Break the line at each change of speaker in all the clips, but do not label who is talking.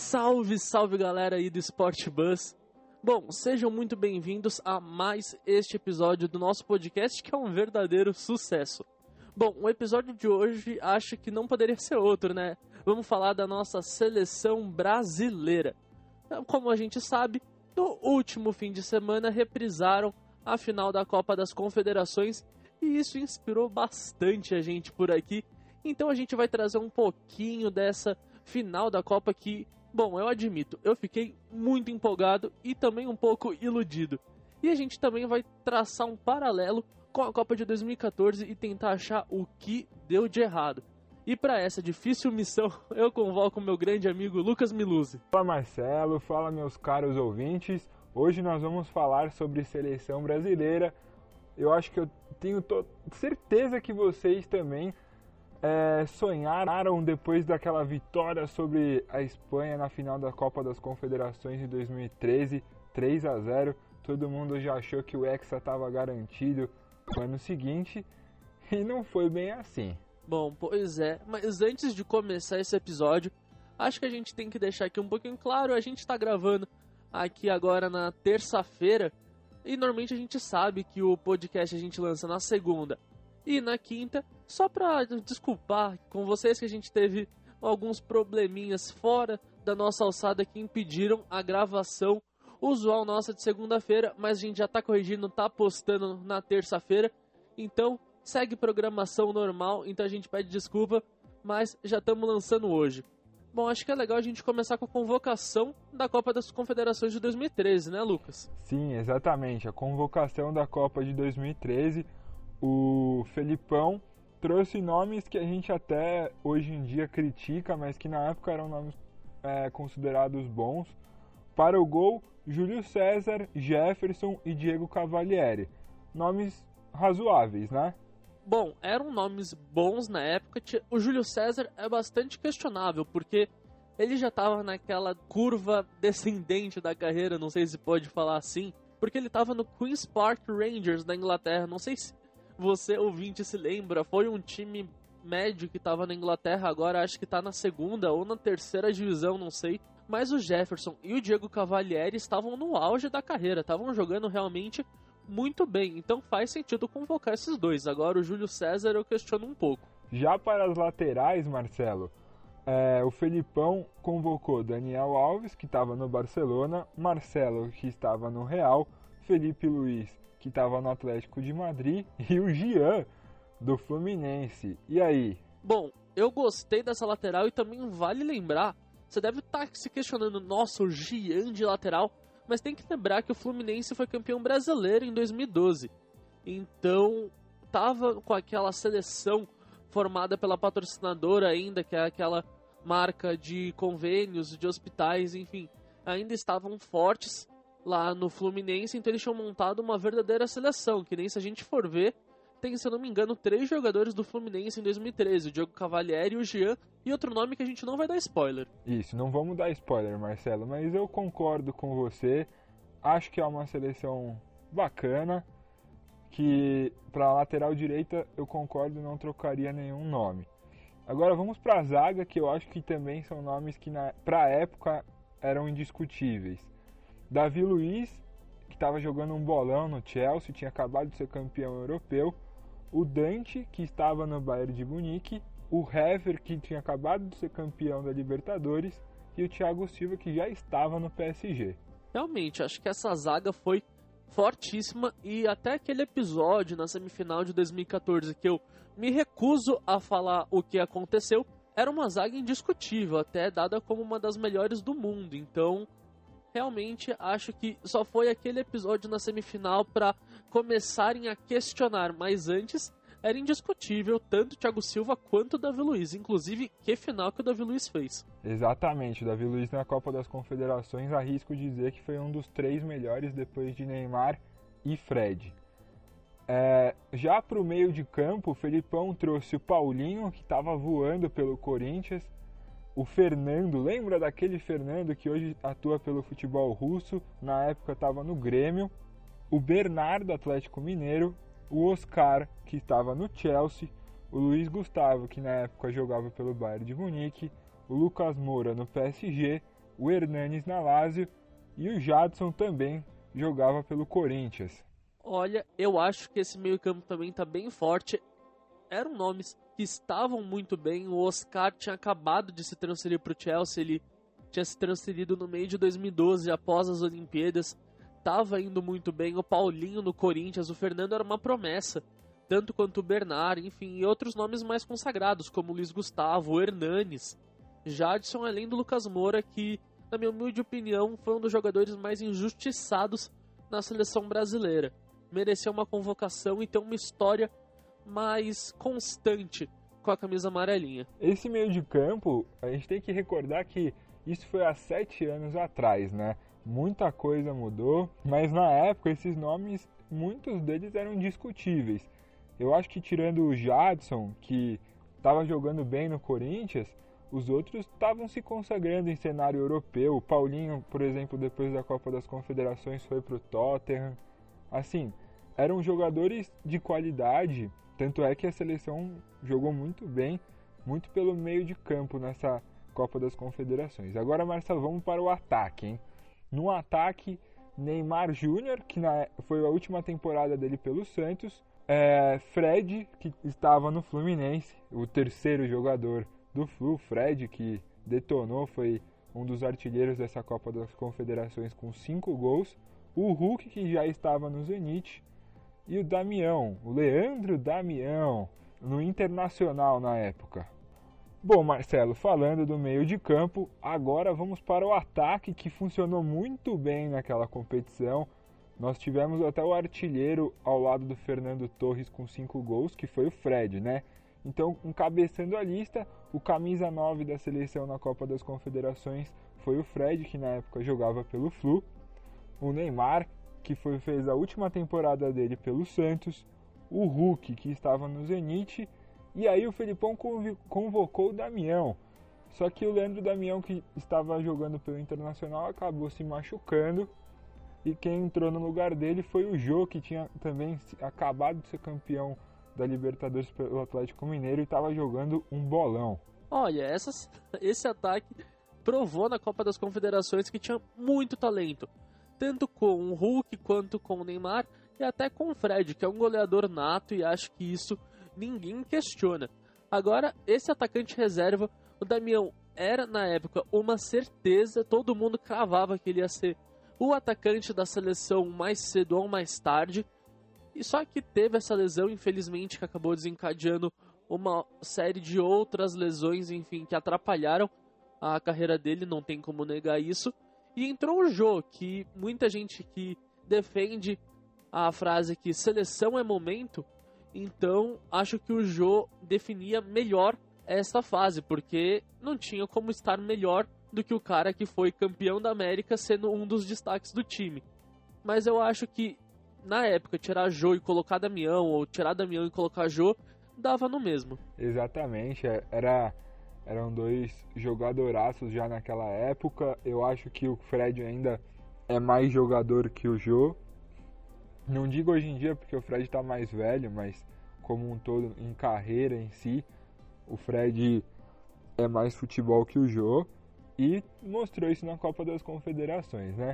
Salve, salve galera aí do Sport Bus. Bom, sejam muito bem-vindos a mais este episódio do nosso podcast, que é um verdadeiro sucesso. Bom, o episódio de hoje acho que não poderia ser outro, né? Vamos falar da nossa seleção brasileira. Como a gente sabe, no último fim de semana reprisaram a final da Copa das Confederações e isso inspirou bastante a gente por aqui. Então a gente vai trazer um pouquinho dessa final da Copa que, bom, eu admito, eu fiquei muito empolgado e também um pouco iludido. E a gente também vai traçar um paralelo com a Copa de 2014 e tentar achar o que deu de errado. E para essa difícil missão, eu convoco meu grande amigo Lucas Miluzzi.
Fala Marcelo, fala meus caros ouvintes. Hoje nós vamos falar sobre seleção brasileira. Eu acho que eu tenho certeza que vocês também sonharam depois daquela vitória sobre a Espanha na final da Copa das Confederações de 2013, 3-0. Todo mundo já achou que o Hexa estava garantido no ano seguinte e não foi bem assim.
Bom, pois é, mas antes de começar esse episódio, acho que a gente tem que deixar aqui um pouquinho claro, a gente está gravando aqui agora na terça-feira e normalmente a gente sabe que o podcast a gente lança na segunda e na quinta, só para desculpar com vocês que a gente teve alguns probleminhas fora da nossa alçada que impediram a gravação usual nossa de segunda-feira, mas a gente já tá corrigindo, tá postando na terça-feira, então segue programação normal, então a gente pede desculpa, mas já estamos lançando hoje. Bom, acho que é legal a gente começar com a convocação da Copa das Confederações de 2013, né, Lucas?
Sim, exatamente, a convocação da Copa de 2013, o Felipão trouxe nomes que a gente até hoje em dia critica, mas que na época eram nomes considerados bons. Para o gol, Júlio César, Jefferson e Diego Cavalieri. Nomes razoáveis, né?
Bom, eram nomes bons na época. O Júlio César é bastante questionável, porque ele já estava naquela curva descendente da carreira, não sei se pode falar assim, porque ele estava no Queen's Park Rangers da Inglaterra. Não sei se você, ouvinte, se lembra, foi um time médio que estava na Inglaterra, agora acho que está na segunda ou na terceira divisão, não sei. Mas o Jefferson e o Diego Cavalieri estavam no auge da carreira, estavam jogando realmente muito bem, então faz sentido convocar esses dois. Agora o Júlio César eu questiono um pouco.
Já para as laterais, Marcelo, o Felipão convocou Daniel Alves, que estava no Barcelona, Marcelo, que estava no Real, Felipe Luiz, que estava no Atlético de Madrid, e o Jean, do Fluminense. E aí?
Bom, eu gostei dessa lateral e também vale lembrar, você deve estar se questionando, nossa, o Jean de lateral, mas tem que lembrar que o Fluminense foi campeão brasileiro em 2012. Então, tava com aquela seleção formada pela patrocinadora ainda, que é aquela marca de convênios, de hospitais, enfim, ainda estavam fortes lá no Fluminense, então eles tinham montado uma verdadeira seleção, que nem se a gente for ver, tem, se eu não me engano, 3 jogadores do Fluminense em 2013, o Diego Cavalieri, o Jean e outro nome que a gente não vai dar spoiler.
Isso, não vamos dar spoiler, Marcelo, mas eu concordo com você, acho que é uma seleção bacana, que para a lateral direita eu concordo, não trocaria nenhum nome. Agora vamos para a zaga, que eu acho que também são nomes que para a época eram indiscutíveis. Davi Luiz, que estava jogando um bolão no Chelsea, tinha acabado de ser campeão europeu. O Dante, que estava no Bayern de Munique. O Hever, que tinha acabado de ser campeão da Libertadores. E o Thiago Silva, que já estava no PSG.
Realmente, acho que essa zaga foi fortíssima. E até aquele episódio na semifinal de 2014, que eu me recuso a falar o que aconteceu, era uma zaga indiscutível, até dada como uma das melhores do mundo. Então, realmente acho que só foi aquele episódio na semifinal para começarem a questionar, mas antes era indiscutível tanto o Thiago Silva quanto o Davi Luiz, inclusive que final que o Davi Luiz fez.
Exatamente, o Davi Luiz na Copa das Confederações arrisco dizer que foi um dos 3 melhores depois de Neymar e Fred. Já para o meio de campo, o Felipão trouxe o Paulinho, que estava voando pelo Corinthians, o Fernando, lembra daquele Fernando que hoje atua pelo futebol russo, na época estava no Grêmio, o Bernardo, Atlético Mineiro, o Oscar, que estava no Chelsea, o Luiz Gustavo, que na época jogava pelo Bayern de Munique, o Lucas Moura no PSG, o Hernanes na Lazio e o Jadson também jogava pelo Corinthians.
Olha, eu acho que esse meio-campo também tá bem forte. Eram nomes que estavam muito bem. O Oscar tinha acabado de se transferir para o Chelsea. Ele tinha se transferido no meio de 2012, após as Olimpíadas. Tava indo muito bem. O Paulinho no Corinthians. O Fernando era uma promessa, tanto quanto o Bernard, enfim, e outros nomes mais consagrados, como o Luiz Gustavo, o Hernanes, Jadson, além do Lucas Moura, que, na minha humilde opinião, foi um dos jogadores mais injustiçados na seleção brasileira. Mereceu uma convocação e ter uma história mais constante com a camisa amarelinha.
Esse meio de campo, a gente tem que recordar que isso foi há 7 anos atrás, né? Muita coisa mudou, mas na época esses nomes, muitos deles eram discutíveis. Eu acho que tirando o Jadson, que estava jogando bem no Corinthians, os outros estavam se consagrando em cenário europeu. O Paulinho, por exemplo, depois da Copa das Confederações foi para o Tottenham. Assim, eram jogadores de qualidade, tanto é que a seleção jogou muito bem, muito pelo meio de campo nessa Copa das Confederações. Agora, Marcelo, vamos para o ataque, hein? No ataque, Neymar Júnior, que foi a última temporada dele pelo Santos, Fred, que estava no Fluminense, o terceiro jogador do Flu, Fred, que detonou, foi um dos artilheiros dessa Copa das Confederações com 5 gols, o Hulk, que já estava no Zenit, e o Damião, o Leandro Damião, no Internacional na época. Bom, Marcelo, falando do meio de campo, agora vamos para o ataque, que funcionou muito bem naquela competição. Nós tivemos até o artilheiro ao lado do Fernando Torres com 5 gols, que foi o Fred, né? Então, encabeçando a lista, o camisa 9 da seleção na Copa das Confederações foi o Fred, que na época jogava pelo Flu. O Neymar, que fez a última temporada dele pelo Santos. O Hulk, que estava no Zenit. E aí o Felipão convocou o Damião. Só que o Leandro Damião, que estava jogando pelo Internacional, acabou se machucando. E quem entrou no lugar dele foi o Jô, que tinha também acabado de ser campeão da Libertadores pelo Atlético Mineiro e estava jogando um bolão.
Olha, esse ataque provou na Copa das Confederações que tinha muito talento, tanto com o Hulk quanto com o Neymar e até com o Fred, que é um goleador nato, e acho que isso ninguém questiona. Agora, esse atacante reserva, o Damião, era na época uma certeza, todo mundo cravava que ele ia ser o atacante da seleção mais cedo ou mais tarde, e só que teve essa lesão, infelizmente, que acabou desencadeando uma série de outras lesões, enfim, que atrapalharam a carreira dele, não tem como negar isso. E entrou o Jô, que muita gente que defende a frase que seleção é momento, então acho que o Jô definia melhor esta fase, porque não tinha como estar melhor do que o cara que foi campeão da América sendo um dos destaques do time. Mas eu acho que na época tirar Jô e colocar Damião, ou tirar Damião e colocar Jô, dava no mesmo.
Exatamente, eram dois jogadoraços já naquela época. Eu acho que o Fred ainda é mais jogador que o Jô. Não digo hoje em dia porque o Fred está mais velho, mas como um todo em carreira em si, o Fred é mais futebol que o Jô e mostrou isso na Copa das Confederações, né?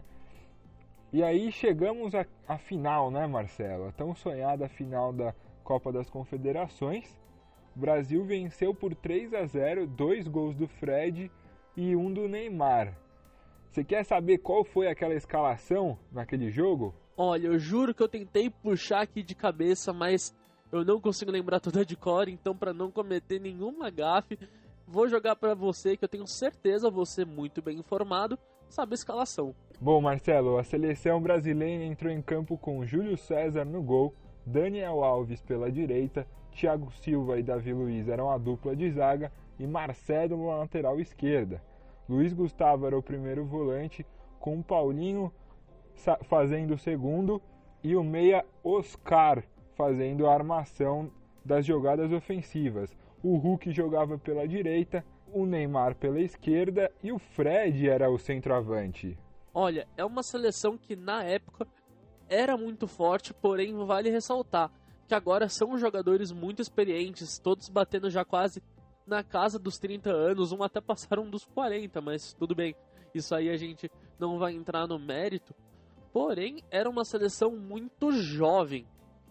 E aí chegamos à final, né, Marcelo? A tão sonhada final da Copa das Confederações. O Brasil venceu por 3-0, 2 gols do Fred e 1 do Neymar. Você quer saber qual foi aquela escalação naquele jogo?
Olha, eu juro que eu tentei puxar aqui de cabeça, mas eu não consigo lembrar toda de cor, então para não cometer nenhuma gafe, vou jogar para você, que eu tenho certeza, você muito bem informado, sabe a escalação.
Bom, Marcelo, a seleção brasileira entrou em campo com Júlio César no gol, Daniel Alves pela direita, Thiago Silva e Davi Luiz eram a dupla de zaga e Marcelo na lateral esquerda. Luiz Gustavo era o primeiro volante, com o Paulinho fazendo o segundo e o meia Oscar fazendo a armação das jogadas ofensivas. O Hulk jogava pela direita, o Neymar pela esquerda e o Fred era o centroavante.
Olha, é uma seleção que na época era muito forte, porém vale ressaltar que agora são jogadores muito experientes, todos batendo já quase na casa dos 30 anos, um até passaram dos 40, mas tudo bem. isso aí a gente não vai entrar no mérito. Porém, era uma seleção muito jovem,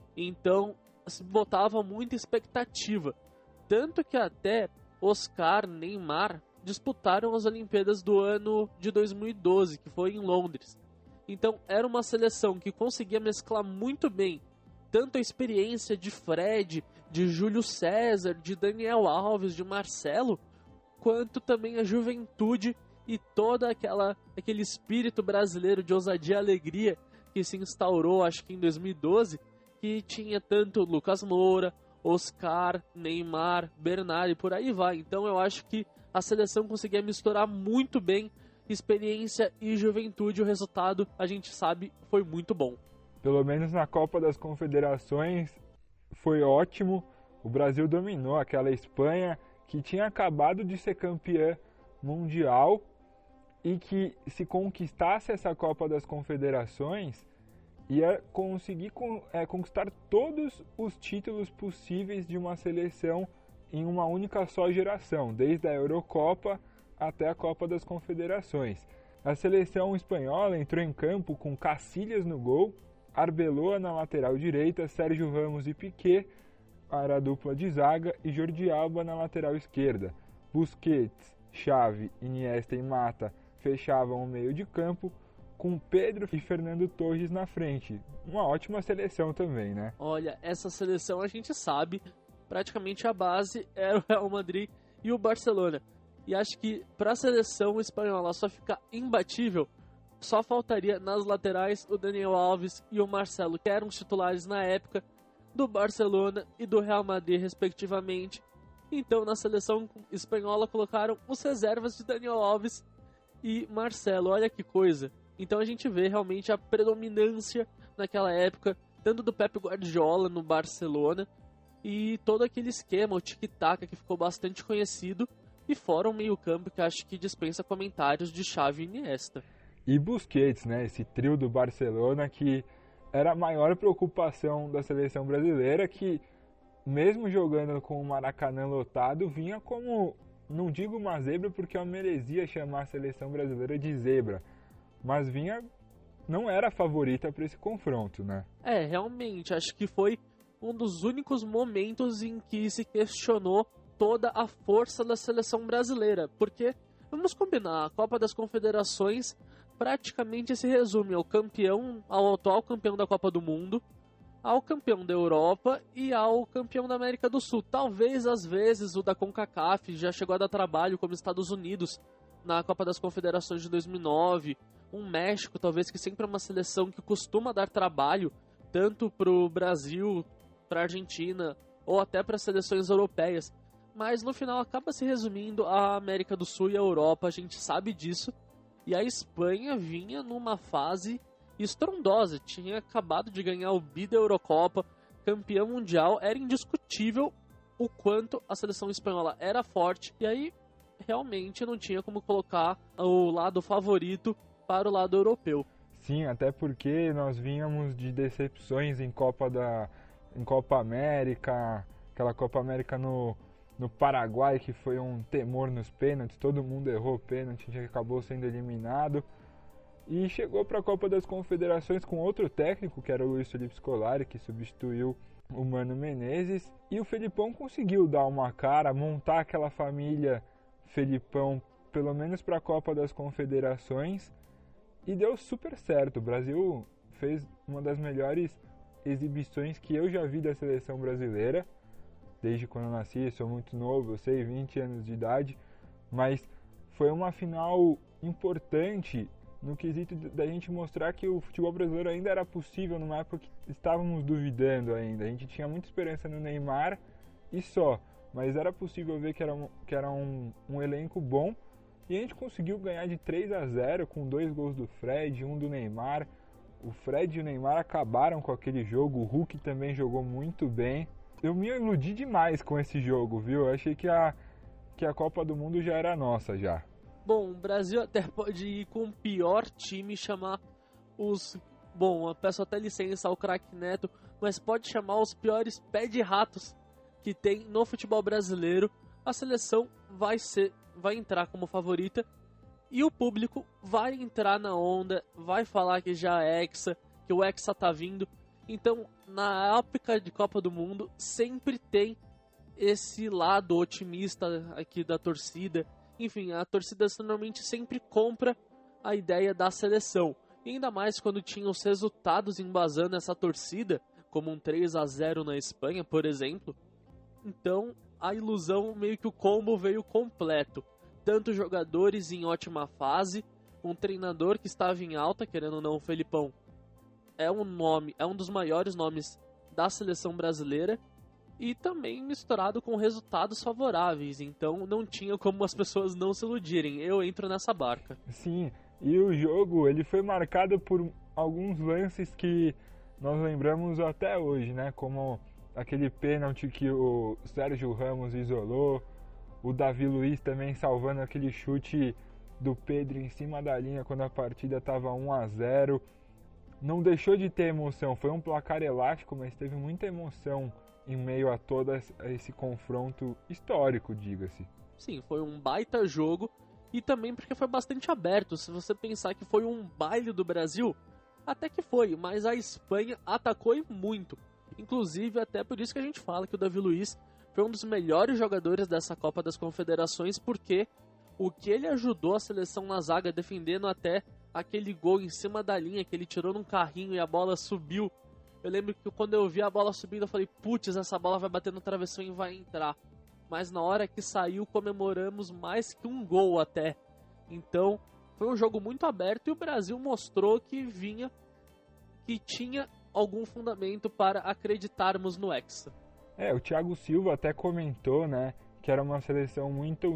então se botava muita expectativa. Tanto que até Oscar, Neymar disputaram as Olimpíadas do ano de 2012, que foi em Londres. Então era uma seleção que conseguia mesclar muito bem tanto a experiência de Fred, de Júlio César, de Daniel Alves, de Marcelo, quanto também a juventude e todo aquele espírito brasileiro de ousadia e alegria que se instaurou, acho que em 2012, que tinha tanto Lucas Moura, Oscar, Neymar, Bernard e por aí vai. Então eu acho que a seleção conseguia misturar muito bem experiência e juventude. O resultado, a gente sabe, foi muito bom.
Pelo menos na Copa das Confederações foi ótimo. O Brasil dominou aquela Espanha que tinha acabado de ser campeã mundial e que, se conquistasse essa Copa das Confederações, ia conseguir conquistar todos os títulos possíveis de uma seleção em uma única só geração, desde a Eurocopa até a Copa das Confederações. A seleção espanhola entrou em campo com Casillas no gol, Arbeloa na lateral direita, Sérgio Ramos e Piqué era a dupla de zaga e Jordi Alba na lateral esquerda. Busquets, Xavi, Iniesta e Mata fechavam o meio de campo, com Pedro e Fernando Torres na frente. Uma ótima seleção também, né?
Olha, essa seleção a gente sabe, praticamente a base era o Real Madrid e o Barcelona. E acho que para a seleção espanhola só ficar imbatível, só faltaria nas laterais o Daniel Alves e o Marcelo, que eram os titulares na época do Barcelona e do Real Madrid, respectivamente. Então, na seleção espanhola colocaram os reservas de Daniel Alves e Marcelo. Olha que coisa. Então a gente vê realmente a predominância naquela época, tanto do Pep Guardiola no Barcelona e todo aquele esquema, o tic-tac, que ficou bastante conhecido, e fora o meio-campo que acho que dispensa comentários de Xavi e Iniesta.
E Busquets, né? Esse trio do Barcelona que era a maior preocupação da seleção brasileira, que mesmo jogando com o Maracanã lotado, vinha como, não digo uma zebra porque é uma heresia chamar a seleção brasileira de zebra, mas não era a favorita para esse confronto, né?
Realmente, acho que foi um dos únicos momentos em que se questionou toda a força da seleção brasileira, porque, vamos combinar, a Copa das Confederações praticamente se resume ao atual campeão da Copa do Mundo, ao campeão da Europa e ao campeão da América do Sul. Talvez, às vezes, o da CONCACAF já chegou a dar trabalho, como Estados Unidos, na Copa das Confederações de 2009, um México, talvez, que sempre é uma seleção que costuma dar trabalho, tanto para o Brasil, para a Argentina, ou até para as seleções europeias. Mas, no final, acaba se resumindo à América do Sul e à Europa, a gente sabe disso. E a Espanha vinha numa fase estrondosa, tinha acabado de ganhar o bi da Eurocopa, campeão mundial, era indiscutível o quanto a seleção espanhola era forte, e aí realmente não tinha como colocar o lado favorito para o lado europeu.
Sim, até porque nós vínhamos de decepções em Copa América, aquela Copa América no Paraguai, que foi um temor nos pênaltis, todo mundo errou pênalti, a gente acabou sendo eliminado. E chegou para a Copa das Confederações com outro técnico, que era o Luiz Felipe Scolari, que substituiu o Mano Menezes. E o Felipão conseguiu dar uma cara, montar aquela família Felipão, pelo menos para a Copa das Confederações. E deu super certo. O Brasil fez uma das melhores exibições que eu já vi da seleção brasileira. Desde quando eu nasci, sou muito novo, eu sei, 20 anos de idade. Mas foi uma final importante no quesito da gente mostrar que o futebol brasileiro ainda era possível numa época que estávamos duvidando ainda. A gente tinha muita esperança no Neymar e só, mas era possível ver que era um elenco bom, e a gente conseguiu ganhar de 3-0 com 2 gols do Fred, 1 do Neymar. O Fred e o Neymar acabaram com aquele jogo, o Hulk também jogou muito bem. Eu me iludi demais com esse jogo, viu? Eu achei que a Copa do Mundo já era nossa já.
Bom, o Brasil até pode ir com o pior time e chamar os... Bom, eu peço até licença ao craque Neto, mas pode chamar os piores pé de ratos que tem no futebol brasileiro. A seleção vai entrar como favorita E o público vai entrar na onda, vai falar que já é Hexa, que o Hexa tá vindo. Então, na época de Copa do Mundo, sempre tem esse lado otimista aqui da torcida. Enfim, a torcida normalmente sempre compra a ideia da seleção. E ainda mais quando tinha os resultados embasando essa torcida, como um 3-0 na Espanha, por exemplo. Então, a ilusão, meio que o combo veio completo. Tanto jogadores em ótima fase, um treinador que estava em alta, querendo ou não, o Felipão é um dos maiores nomes da seleção brasileira, e também misturado com resultados favoráveis. Então não tinha como as pessoas não se iludirem. Eu entro nessa barca.
Sim, e o jogo ele foi marcado por alguns lances que nós lembramos até hoje, né? Como aquele pênalti que o Sérgio Ramos isolou, o Davi Luiz também salvando aquele chute do Pedro em cima da linha quando a partida estava 1-0. Não deixou de ter emoção, foi um placar elástico, mas teve muita emoção em meio a todo esse confronto histórico, diga-se.
Sim, foi um baita jogo, e também porque foi bastante aberto. Se você pensar que foi um baile do Brasil, até que foi, mas a Espanha atacou e muito. Inclusive, até por isso que a gente fala que o Davi Luiz foi um dos melhores jogadores dessa Copa das Confederações, porque o que ele ajudou a seleção na zaga, defendendo até aquele gol em cima da linha, que ele tirou num carrinho e a bola subiu. Eu lembro que quando eu vi a bola subindo, eu falei, putz, essa bola vai bater no travessão e vai entrar. Mas na hora que saiu, comemoramos mais que um gol até. Então, foi um jogo muito aberto e o Brasil mostrou que tinha algum fundamento para acreditarmos no Hexa.
O Thiago Silva até comentou, né, que era uma seleção muito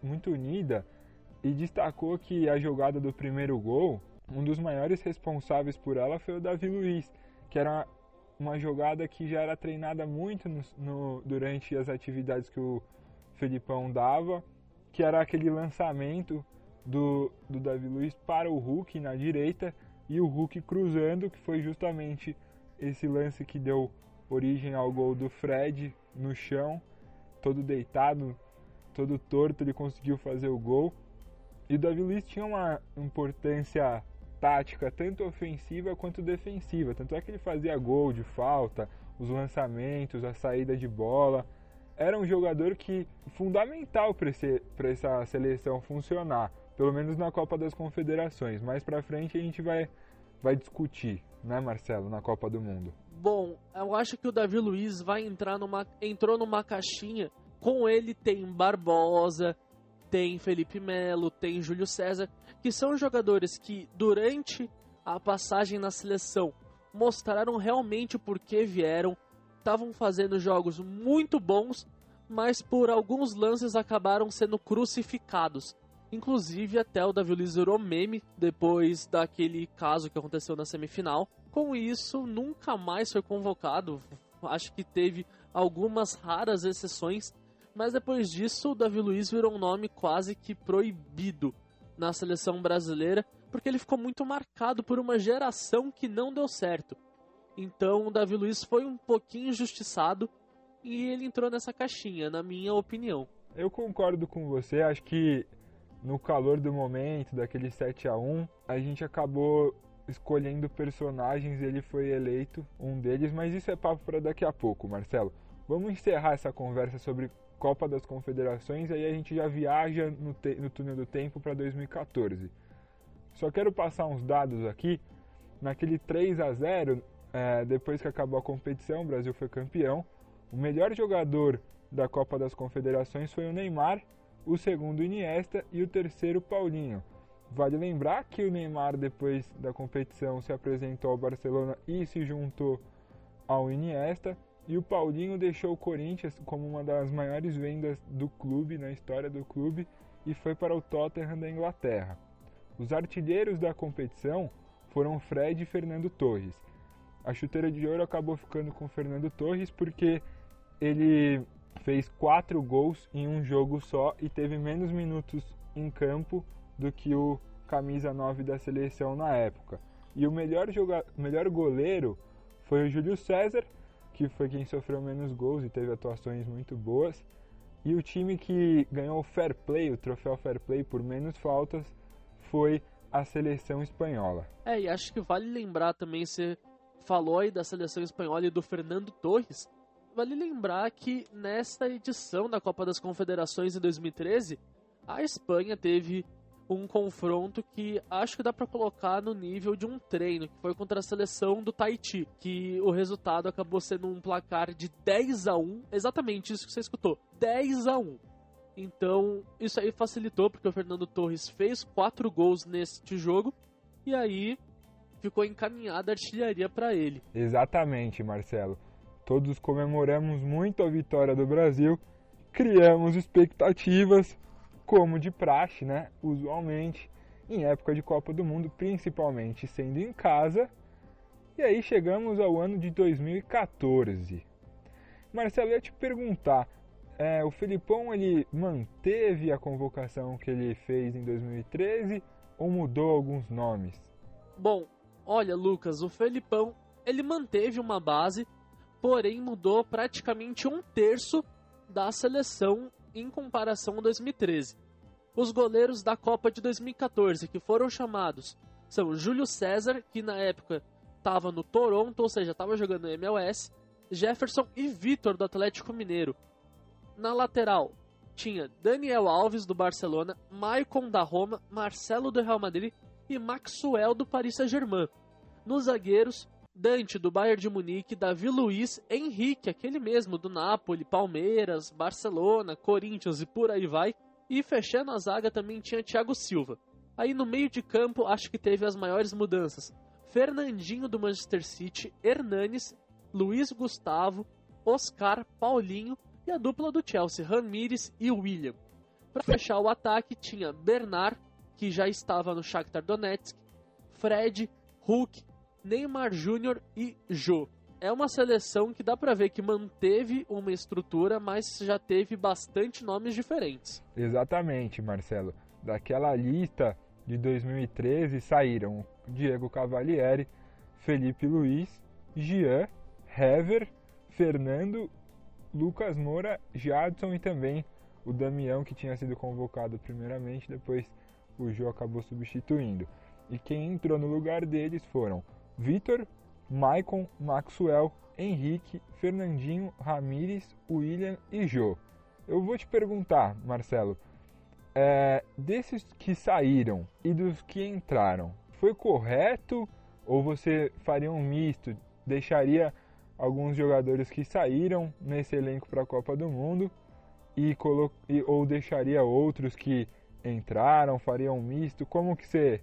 unida, e destacou que a jogada do primeiro gol, um dos maiores responsáveis por ela foi o Davi Luiz, que era uma jogada que já era treinada muito durante as atividades que o Felipão dava, que era aquele lançamento do Davi Luiz para o Hulk na direita e o Hulk cruzando, que foi justamente esse lance que deu origem ao gol do Fred no chão, todo deitado, todo torto, ele conseguiu fazer o gol. E o Davi Luiz tinha uma importância tática, tanto ofensiva quanto defensiva. Tanto é que ele fazia gol de falta, os lançamentos, a saída de bola. Era um jogador fundamental para essa seleção funcionar, pelo menos na Copa das Confederações. Mais pra frente a gente vai discutir, né, Marcelo, na Copa do Mundo.
Bom, eu acho que o Davi Luiz entrou numa caixinha. Com ele tem Barbosa, tem Felipe Melo, tem Júlio César, que são jogadores que durante a passagem na seleção mostraram realmente o porquê vieram, estavam fazendo jogos muito bons, mas por alguns lances acabaram sendo crucificados. Inclusive até o Davi Luiz virou meme depois daquele caso que aconteceu na semifinal. Com isso, nunca mais foi convocado. Acho que teve algumas raras exceções, mas depois disso o Davi Luiz virou um nome quase que proibido na seleção brasileira, porque ele ficou muito marcado por uma geração que não deu certo. Então o Davi Luiz foi um pouquinho injustiçado e ele entrou nessa caixinha, na minha opinião.
Eu concordo com você, acho que no calor do momento, daquele 7-1, a gente acabou escolhendo personagens e ele foi eleito um deles, mas isso é papo para daqui a pouco, Marcelo. Vamos encerrar essa conversa sobre Copa das Confederações, aí a gente já viaja no túnel do tempo para 2014. Só quero passar uns dados aqui. Naquele 3-0, depois que acabou a competição, o Brasil foi campeão. O melhor jogador da Copa das Confederações foi o Neymar, o segundo Iniesta e o terceiro Paulinho. Vale lembrar que o Neymar, depois da competição, se apresentou ao Barcelona e se juntou ao Iniesta. E o Paulinho deixou o Corinthians como uma das maiores vendas do clube, na história do clube, e foi para o Tottenham da Inglaterra. Os artilheiros da competição foram Fred e Fernando Torres. A chuteira de ouro acabou ficando com Fernando Torres porque ele fez 4 gols em um jogo só e teve menos minutos em campo do que o camisa 9 da seleção na época. E o melhor goleiro foi o Júlio César, que foi quem sofreu menos gols e teve atuações muito boas. E o time que ganhou o Fair Play, o troféu Fair Play por menos faltas, foi a seleção espanhola.
E acho que vale lembrar também, você falou aí da seleção espanhola e do Fernando Torres, vale lembrar que nesta edição da Copa das Confederações em 2013, a Espanha teve um confronto que acho que dá pra colocar no nível de um treino, que foi contra a seleção do Tahiti, que o resultado acabou sendo um placar de 10-1, exatamente isso que você escutou, 10-1. Então, isso aí facilitou, porque o Fernando Torres fez 4 gols neste jogo, e aí ficou encaminhada a artilharia para ele.
Exatamente, Marcelo. Todos comemoramos muito a vitória do Brasil, criamos expectativas, como de praxe, né? Usualmente, em época de Copa do Mundo, principalmente sendo em casa. E aí chegamos ao ano de 2014. Marcelo, eu ia te perguntar, o Felipão, ele manteve a convocação que ele fez em 2013 ou mudou alguns nomes?
Bom, olha, Lucas, o Felipão, ele manteve uma base, porém mudou praticamente 1/3 da seleção em comparação a 2013. Os goleiros da Copa de 2014 que foram chamados são Júlio César, que na época estava no Toronto, ou seja, estava jogando no MLS, Jefferson e Vitor do Atlético Mineiro. Na lateral tinha Daniel Alves do Barcelona, Maicon da Roma, Marcelo do Real Madrid e Maxwell do Paris Saint-Germain. Nos zagueiros, Dante do Bayern de Munique, Davi Luiz, Henrique, aquele mesmo do Napoli, Palmeiras, Barcelona, Corinthians e por aí vai. E fechando a zaga também tinha Thiago Silva. Aí no meio de campo acho que teve as maiores mudanças. Fernandinho do Manchester City, Hernanes, Luiz Gustavo, Oscar, Paulinho e a dupla do Chelsea, Ramires e William. Para fechar o ataque tinha Bernard, que já estava no Shakhtar Donetsk, Fred, Hulk, Neymar Júnior e Jô. É uma seleção que dá pra ver que manteve uma estrutura, mas já teve bastante nomes diferentes.
Exatamente, Marcelo. Daquela lista de 2013 saíram Diego Cavalieri, Felipe Luiz, Jean, Hever, Fernando, Lucas Moura, Jadson e também o Damião, que tinha sido convocado primeiramente, depois o Jô acabou substituindo. E quem entrou no lugar deles foram Vitor, Maicon, Maxwell, Henrique, Fernandinho, Ramires, William e Jô. Eu vou te perguntar, Marcelo, desses que saíram e dos que entraram, foi correto ou você faria um misto? Deixaria alguns jogadores que saíram nesse elenco para a Copa do Mundo ou deixaria outros que entraram, faria um misto? Como você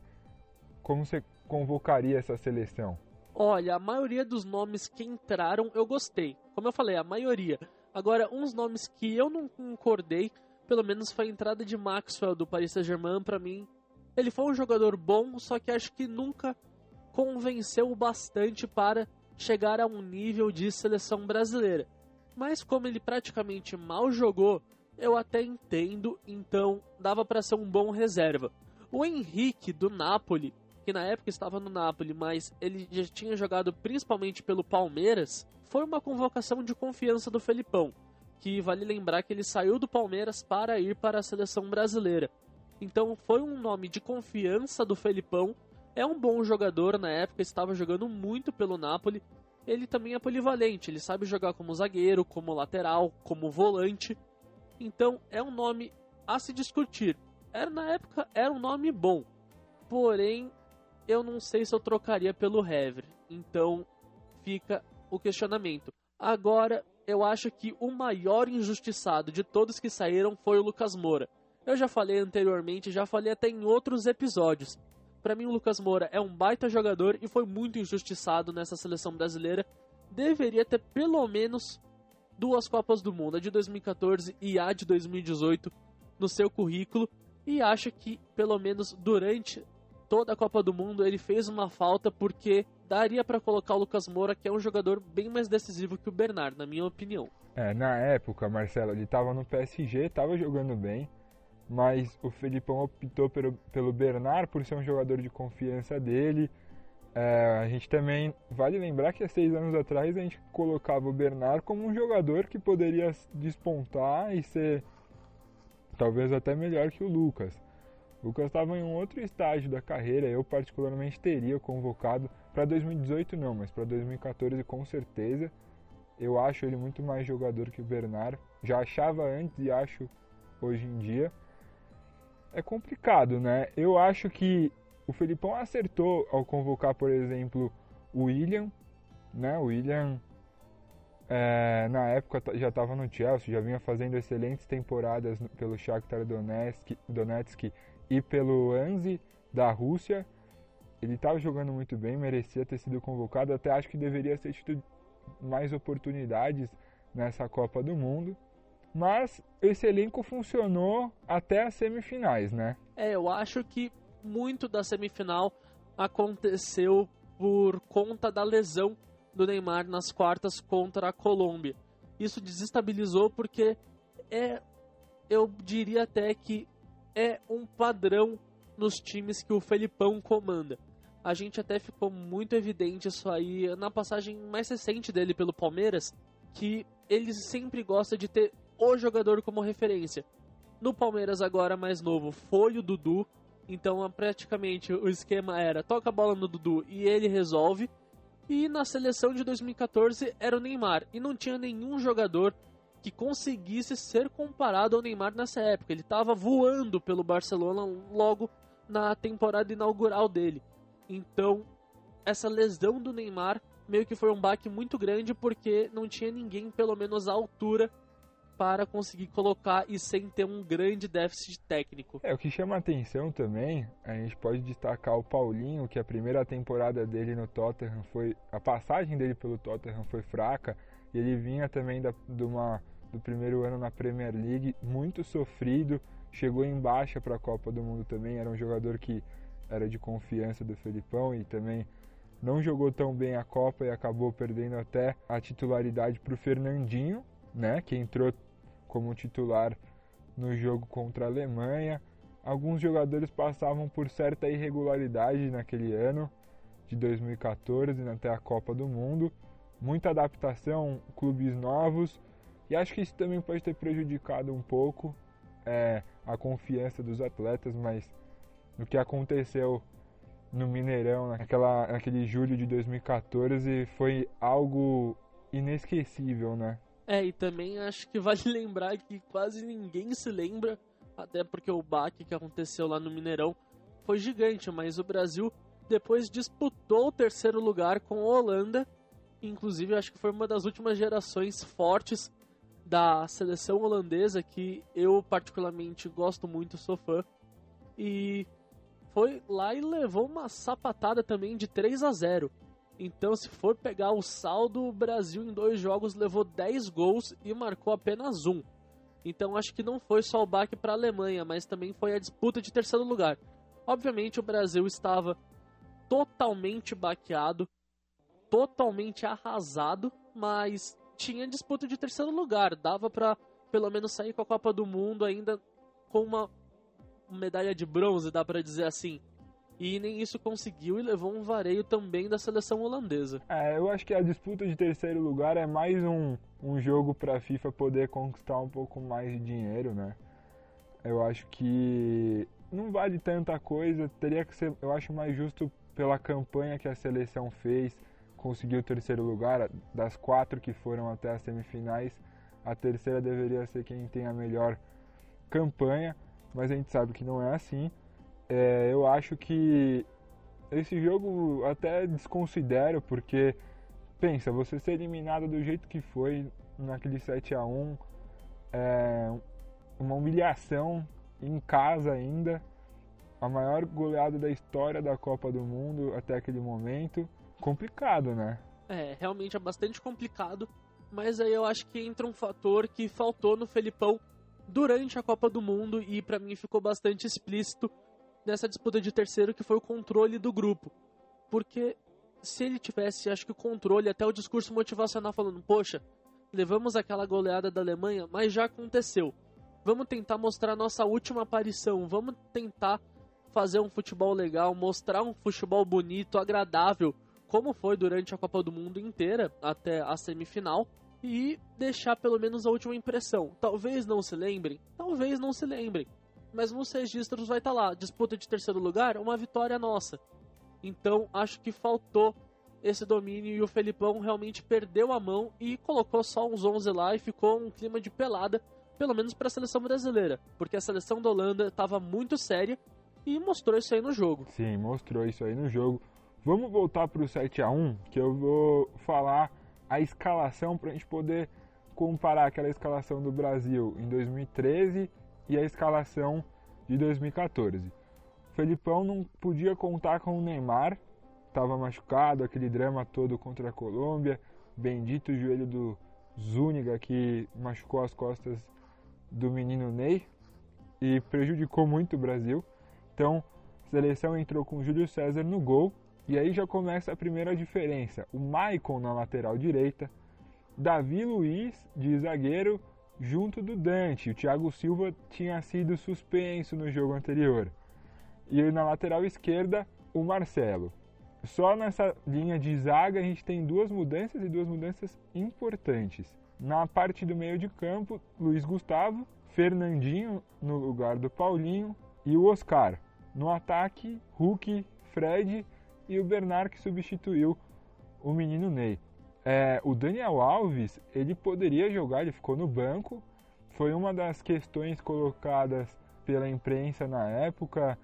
convocaria essa seleção?
Olha, a maioria dos nomes que entraram eu gostei. Como eu falei, a maioria. Agora, uns nomes que eu não concordei, pelo menos foi a entrada de Maxwell do Paris Saint-Germain. Pra mim, ele foi um jogador bom, só que acho que nunca convenceu o bastante para chegar a um nível de seleção brasileira. Mas como ele praticamente mal jogou, eu até entendo, então dava para ser um bom reserva. O Henrique do Napoli, que na época estava no Napoli, mas ele já tinha jogado principalmente pelo Palmeiras, foi uma convocação de confiança do Felipão, que vale lembrar que ele saiu do Palmeiras para ir para a seleção brasileira. Então foi um nome de confiança do Felipão, é um bom jogador na época, estava jogando muito pelo Napoli, ele também é polivalente, ele sabe jogar como zagueiro, como lateral, como volante, então é um nome a se discutir. Na época era um nome bom, porém eu não sei se eu trocaria pelo Hever, então fica o questionamento. Agora, eu acho que o maior injustiçado de todos que saíram foi o Lucas Moura. Eu já falei anteriormente, já falei até em outros episódios. Pra mim o Lucas Moura é um baita jogador e foi muito injustiçado nessa seleção brasileira. Deveria ter pelo menos 2 Copas do Mundo, a de 2014 e a de 2018, no seu currículo. E acho que pelo menos durante toda a Copa do Mundo ele fez uma falta, porque daria para colocar o Lucas Moura, que é um jogador bem mais decisivo que o Bernard, na minha opinião.
Na época, Marcelo, ele estava no PSG, estava jogando bem, mas o Felipão optou pelo Bernard por ser um jogador de confiança dele. A gente também vale lembrar que há 6 anos atrás a gente colocava o Bernard como um jogador que poderia despontar e ser talvez até melhor que o Lucas. O Lucas estava em um outro estágio da carreira, eu particularmente teria convocado para 2018 não, mas para 2014 com certeza. Eu acho ele muito mais jogador que o Bernard, já achava antes e acho hoje em dia. É complicado, né? Eu acho que o Felipão acertou ao convocar, por exemplo, o William, né? O William, na época, já estava no Chelsea, já vinha fazendo excelentes temporadas pelo Shakhtar Donetsk e pelo Anzi da Rússia. Ele estava jogando muito bem, merecia ter sido convocado, até acho que deveria ter tido mais oportunidades nessa Copa do Mundo. Mas esse elenco funcionou até as semifinais, né?
Eu acho que muito da semifinal aconteceu por conta da lesão do Neymar nas quartas contra a Colômbia. Isso desestabilizou porque eu diria até que é um padrão nos times que o Felipão comanda. A gente até ficou muito evidente isso aí na passagem mais recente dele pelo Palmeiras, que ele sempre gosta de ter o jogador como referência. No Palmeiras agora mais novo foi o Dudu, então praticamente o esquema era toca a bola no Dudu e ele resolve. E na seleção de 2014 era o Neymar, e não tinha nenhum jogador que conseguisse ser comparado ao Neymar nessa época. Ele estava voando pelo Barcelona logo na temporada inaugural dele. Então, essa lesão do Neymar meio que foi um baque muito grande, porque não tinha ninguém, pelo menos à altura, para conseguir colocar e sem ter um grande déficit técnico.
O que chama atenção também, a gente pode destacar o Paulinho, que a primeira temporada dele no Tottenham a passagem dele pelo Tottenham foi fraca, e ele vinha também do primeiro ano na Premier League, muito sofrido, chegou em baixa para a Copa do Mundo também, era um jogador que era de confiança do Felipão e também não jogou tão bem a Copa e acabou perdendo até a titularidade para o Fernandinho, né, que entrou como titular no jogo contra a Alemanha. Alguns jogadores passavam por certa irregularidade naquele ano de 2014 até a Copa do Mundo. Muita adaptação, clubes novos, e acho que isso também pode ter prejudicado um pouco a confiança dos atletas, mas no que aconteceu no Mineirão, naquele julho de 2014, foi algo inesquecível, né?
E também acho que vale lembrar que quase ninguém se lembra, até porque o baque que aconteceu lá no Mineirão foi gigante, mas o Brasil depois disputou o terceiro lugar com a Holanda. Inclusive, acho que foi uma das últimas gerações fortes da seleção holandesa, que eu particularmente gosto muito, sou fã. E foi lá e levou uma sapatada também de 3-0. Então, se for pegar o saldo, o Brasil em 2 jogos levou 10 gols e marcou apenas 1. Então, acho que não foi só o baque para a Alemanha, mas também foi a disputa de terceiro lugar. Obviamente, o Brasil estava totalmente baqueado, totalmente arrasado, mas tinha disputa de terceiro lugar. Dava para pelo menos sair com a Copa do Mundo ainda com uma medalha de bronze, dá pra dizer assim. E nem isso conseguiu e levou um vareio também da seleção holandesa.
Eu acho que a disputa de terceiro lugar é mais um jogo pra FIFA poder conquistar um pouco mais de dinheiro, né? Eu acho que não vale tanta coisa, teria que ser, eu acho mais justo pela campanha que a seleção fez, conseguiu o terceiro lugar, das 4 que foram até as semifinais, a terceira deveria ser quem tem a melhor campanha, mas a gente sabe que não é assim. Eu acho que esse jogo até desconsidero, porque pensa, você ser eliminado do jeito que foi naquele 7-1, uma humilhação em casa ainda, a maior goleada da história da Copa do Mundo até aquele momento, complicado, né?
Realmente é bastante complicado, mas aí eu acho que entra um fator que faltou no Felipão durante a Copa do Mundo e pra mim ficou bastante explícito nessa disputa de terceiro, que foi o controle do grupo. Porque se ele tivesse, acho que o controle, até o discurso motivacional falando, poxa, levamos aquela goleada da Alemanha, mas já aconteceu. Vamos tentar mostrar nossa última aparição, vamos tentar fazer um futebol legal, mostrar um futebol bonito, agradável, como foi durante a Copa do Mundo inteira, até a semifinal, e deixar pelo menos a última impressão. Talvez não se lembrem, mas nos registros vai estar lá, disputa de terceiro lugar, uma vitória nossa. Então acho que faltou esse domínio e o Felipão realmente perdeu a mão e colocou só uns 11 lá e ficou um clima de pelada, pelo menos para a seleção brasileira, porque a seleção da Holanda estava muito séria e mostrou isso aí no jogo.
Sim, mostrou isso aí no jogo. Vamos voltar para o 7-1, que eu vou falar a escalação para a gente poder comparar aquela escalação do Brasil em 2013 e a escalação de 2014. O Felipão não podia contar com o Neymar, estava machucado, aquele drama todo contra a Colômbia, bendito joelho do Zúñiga que machucou as costas do menino Ney e prejudicou muito o Brasil. Então, a seleção entrou com o Júlio César no gol e aí já começa a primeira diferença. O Maicon na lateral direita, Davi Luiz de zagueiro junto do Dante. O Thiago Silva tinha sido suspenso no jogo anterior. E na lateral esquerda, o Marcelo. Só nessa linha de zaga a gente tem duas mudanças e duas mudanças importantes. Na parte do meio de campo, Luiz Gustavo, Fernandinho no lugar do Paulinho e o Oscar. No ataque, Hulk, Fred e o Bernard que substituiu o menino Ney. O Daniel Alves, ele poderia jogar, ele ficou no banco. Foi uma das questões colocadas pela imprensa na época.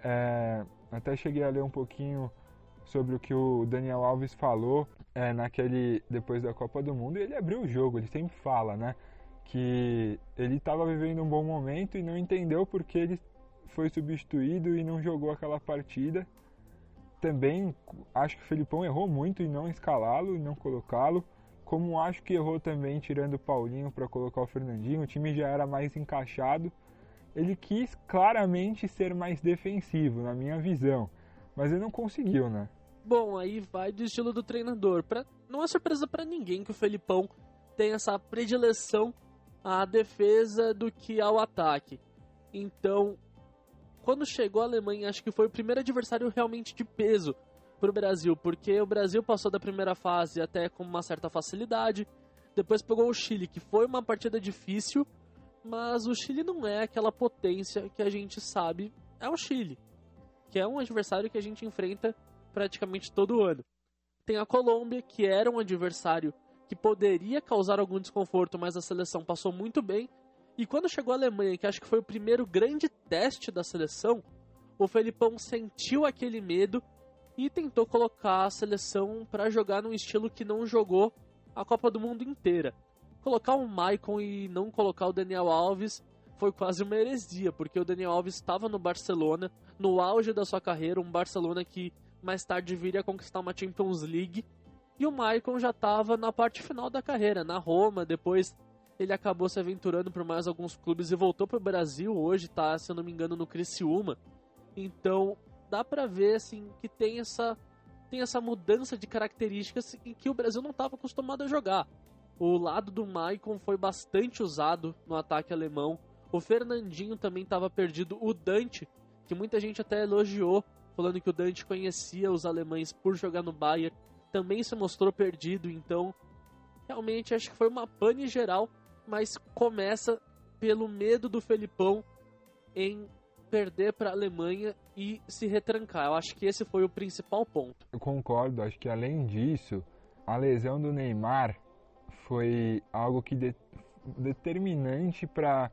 Até cheguei a ler um pouquinho sobre o que o Daniel Alves falou depois da Copa do Mundo. E ele abriu o jogo, ele sempre fala, né? Que ele estava vivendo um bom momento e não entendeu porque ele foi substituído e não jogou aquela partida. Também acho que o Felipão errou muito em não escalá-lo e não colocá-lo, como acho que errou também tirando o Paulinho para colocar o Fernandinho. O time já era mais encaixado. Ele quis claramente ser mais defensivo, na minha visão, mas ele não conseguiu, né?
Bom, aí vai do estilo do treinador. Não é surpresa para ninguém que o Felipão tem essa predileção à defesa do que ao ataque. Então, quando chegou a Alemanha, acho que foi o primeiro adversário realmente de peso para o Brasil, porque o Brasil passou da primeira fase até com uma certa facilidade, depois pegou o Chile, que foi uma partida difícil, mas o Chile não é aquela potência que a gente sabe é o Chile, que é um adversário que a gente enfrenta praticamente todo ano. Tem a Colômbia, que era um adversário que poderia causar algum desconforto, mas a seleção passou muito bem. E quando chegou a Alemanha, que acho que foi o primeiro grande teste da seleção, o Felipão sentiu aquele medo e tentou colocar a seleção para jogar num estilo que não jogou a Copa do Mundo inteira. Colocar o Maicon e não colocar o Daniel Alves foi quase uma heresia, porque o Daniel Alves estava no Barcelona, no auge da sua carreira, um Barcelona que mais tarde viria a conquistar uma Champions League, e o Maicon já estava na parte final da carreira, na Roma. Depois ele acabou se aventurando por mais alguns clubes e voltou para o Brasil. Hoje está, se eu não me engano, no Criciúma. Então dá para ver assim, que tem essa mudança de características em que o Brasil não estava acostumado a jogar. O lado do Maicon foi bastante usado no ataque alemão. O Fernandinho também estava perdido. O Dante, que muita gente até elogiou, falando que o Dante conhecia os alemães por jogar no Bayern, também se mostrou perdido. Então realmente acho que foi uma pane geral, mas começa pelo medo do Felipão em perder para a Alemanha e se retrancar. Eu acho que esse foi o principal ponto.
Eu concordo, acho que além disso, a lesão do Neymar foi algo que determinante para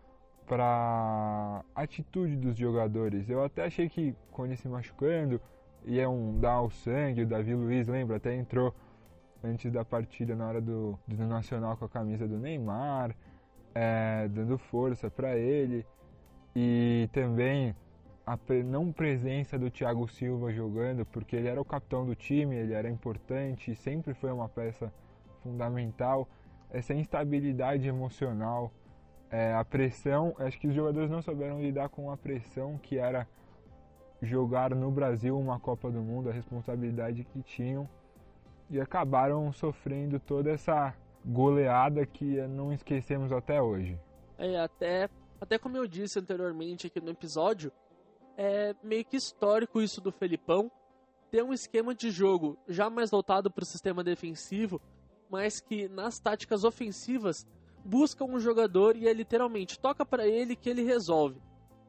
a atitude dos jogadores. Eu até achei que quando ele se machucando, iam dar o sangue. O Davi Luiz, lembra, até entrou antes da partida na hora do Nacional com a camisa do Neymar, dando força para ele. E também a não presença do Thiago Silva jogando, porque ele era o capitão do time, ele era importante, sempre foi uma peça fundamental. Essa instabilidade emocional, a pressão, acho que os jogadores não souberam lidar com a pressão que era jogar no Brasil uma Copa do Mundo, a responsabilidade que tinham, e acabaram sofrendo toda essa goleada que não esquecemos até hoje.
Até como eu disse anteriormente aqui no episódio, é meio que histórico isso do Felipão, ter um esquema de jogo já mais voltado para o sistema defensivo, mas que nas táticas ofensivas busca um jogador e literalmente toca para ele que ele resolve.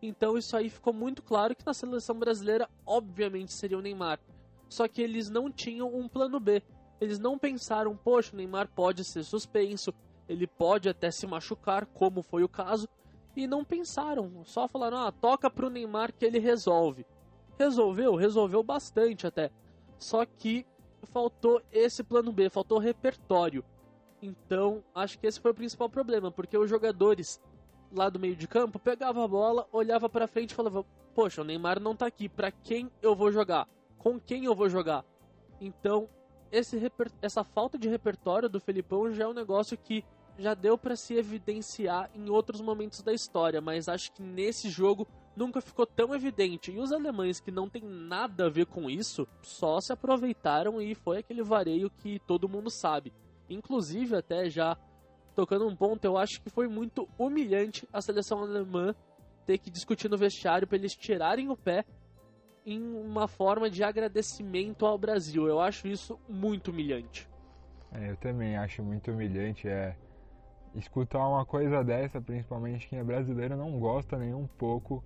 Então isso aí ficou muito claro que na seleção brasileira, obviamente, seria o Neymar. Só que eles não tinham um plano B. Eles não pensaram, poxa, o Neymar pode ser suspenso, ele pode até se machucar, como foi o caso, e não pensaram, só falaram, toca pro Neymar que ele resolve. Resolveu bastante até. Só que faltou esse plano B, faltou repertório. Então, acho que esse foi o principal problema, porque os jogadores lá do meio de campo pegavam a bola, olhava pra frente e falavam, poxa, o Neymar não tá aqui, pra quem eu vou jogar? Com quem eu vou jogar? Então, essa falta de repertório do Felipão já é um negócio que já deu pra se evidenciar em outros momentos da história, mas acho que nesse jogo nunca ficou tão evidente. E os alemães, que não tem nada a ver com isso, só se aproveitaram e foi aquele vareio que todo mundo sabe. Inclusive, até já tocando um ponto, eu acho que foi muito humilhante a seleção alemã ter que discutir no vestiário para eles tirarem o pé em uma forma de agradecimento ao Brasil. Eu acho isso muito humilhante.
Eu também acho muito humilhante. Escutar uma coisa dessa, principalmente quem é brasileiro, não gosta nem um pouco.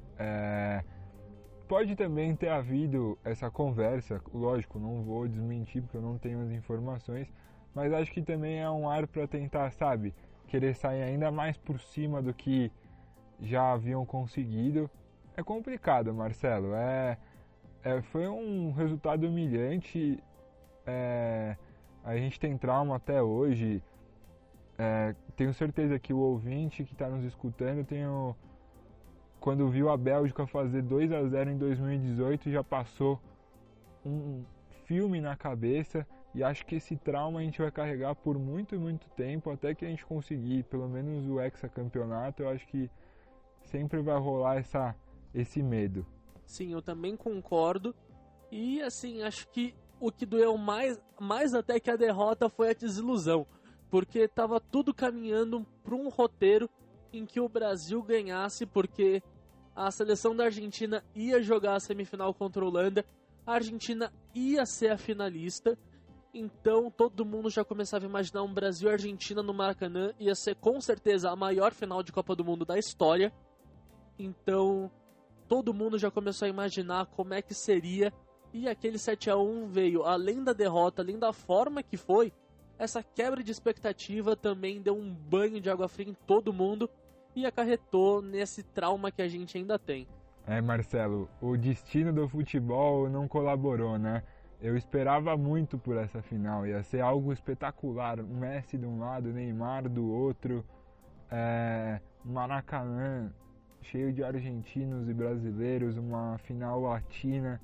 Pode também ter havido essa conversa, lógico, não vou desmentir porque eu não tenho as informações, mas acho que também é um ar para tentar, sabe, querer sair ainda mais por cima do que já haviam conseguido. É complicado, Marcelo, foi um resultado humilhante, a gente tem trauma até hoje. Tenho certeza que o ouvinte que está nos escutando quando viu a Bélgica fazer 2-0 em 2018 já passou um filme na cabeça, e acho que esse trauma a gente vai carregar por muito e muito tempo até que a gente conseguir pelo menos o hexacampeonato. Eu acho que sempre vai rolar esse medo.
Sim, eu também concordo, e assim, acho que o que doeu mais até que a derrota foi a desilusão, porque estava tudo caminhando para um roteiro em que o Brasil ganhasse, porque a seleção da Argentina ia jogar a semifinal contra a Holanda, a Argentina ia ser a finalista, então todo mundo já começava a imaginar um Brasil e Argentina no Maracanã, ia ser com certeza a maior final de Copa do Mundo da história, então todo mundo já começou a imaginar como é que seria, e aquele 7-1 veio, além da derrota, além da forma que foi, essa quebra de expectativa também deu um banho de água fria em todo mundo e acarretou nesse trauma que a gente ainda tem.
Marcelo, o destino do futebol não colaborou, né? Eu esperava muito por essa final, ia ser algo espetacular. Messi de um lado, Neymar do outro, Maracanã cheio de argentinos e brasileiros, uma final latina.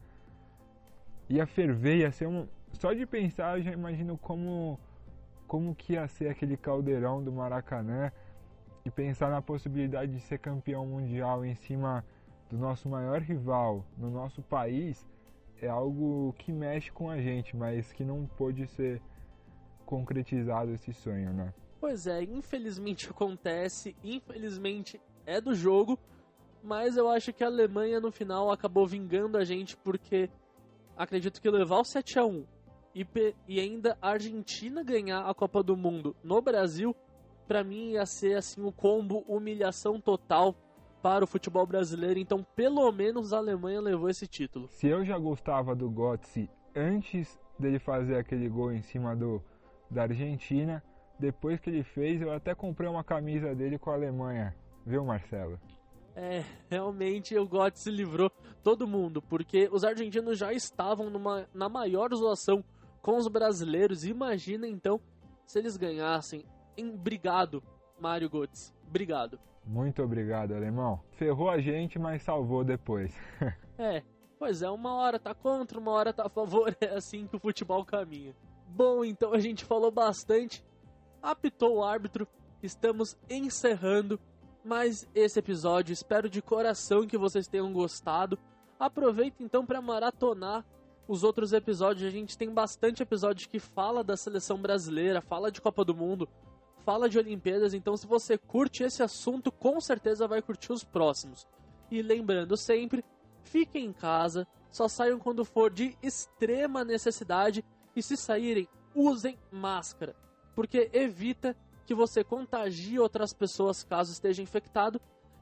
Ia ferver, ia ser Só de pensar eu já imagino como que ia ser aquele caldeirão do Maracanã, e pensar na possibilidade de ser campeão mundial em cima do nosso maior rival no nosso país é algo que mexe com a gente, mas que não pôde ser concretizado esse sonho, né?
Pois é, infelizmente acontece, infelizmente é do jogo, mas eu acho que a Alemanha no final acabou vingando a gente, porque acredito que levar o 7-1 e ainda a Argentina ganhar a Copa do Mundo no Brasil, pra mim ia ser assim o combo humilhação total para o futebol brasileiro. Então pelo menos a Alemanha levou esse título.
Se eu já gostava do Götze antes dele fazer aquele gol em cima da Argentina, depois que ele fez eu até comprei uma camisa dele com a Alemanha, viu, Marcelo?
Realmente o Götze livrou todo mundo, porque os argentinos já estavam na maior zoação com os brasileiros. Imagina então se eles ganhassem. Obrigado, Mário Götze. Obrigado.
Muito obrigado, alemão. Ferrou a gente, mas salvou depois.
Pois é, uma hora tá contra, uma hora tá a favor. É assim que o futebol caminha. Bom, então a gente falou bastante. Apitou o árbitro. Estamos encerrando mais esse episódio. Espero de coração que vocês tenham gostado. Aproveita então para maratonar os outros episódios. A gente tem bastante episódio que fala da seleção brasileira, fala de Copa do Mundo, fala de Olimpíadas. Então se você curte esse assunto, com certeza vai curtir os próximos. E lembrando sempre, fiquem em casa, só saiam quando for de extrema necessidade, e se saírem, usem máscara, porque evita que você contagie outras pessoas caso esteja infectado,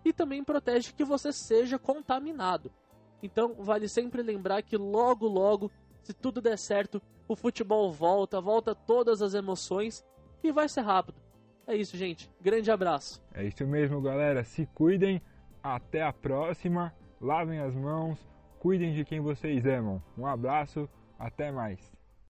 e também protege que você seja contaminado. Então vale sempre lembrar que logo logo, se tudo der certo, o futebol volta todas as emoções e vai ser rápido. É isso, gente. Grande abraço.
É isso mesmo, galera. Se cuidem. Até a próxima. Lavem as mãos. Cuidem de quem vocês amam. Um abraço. Até mais.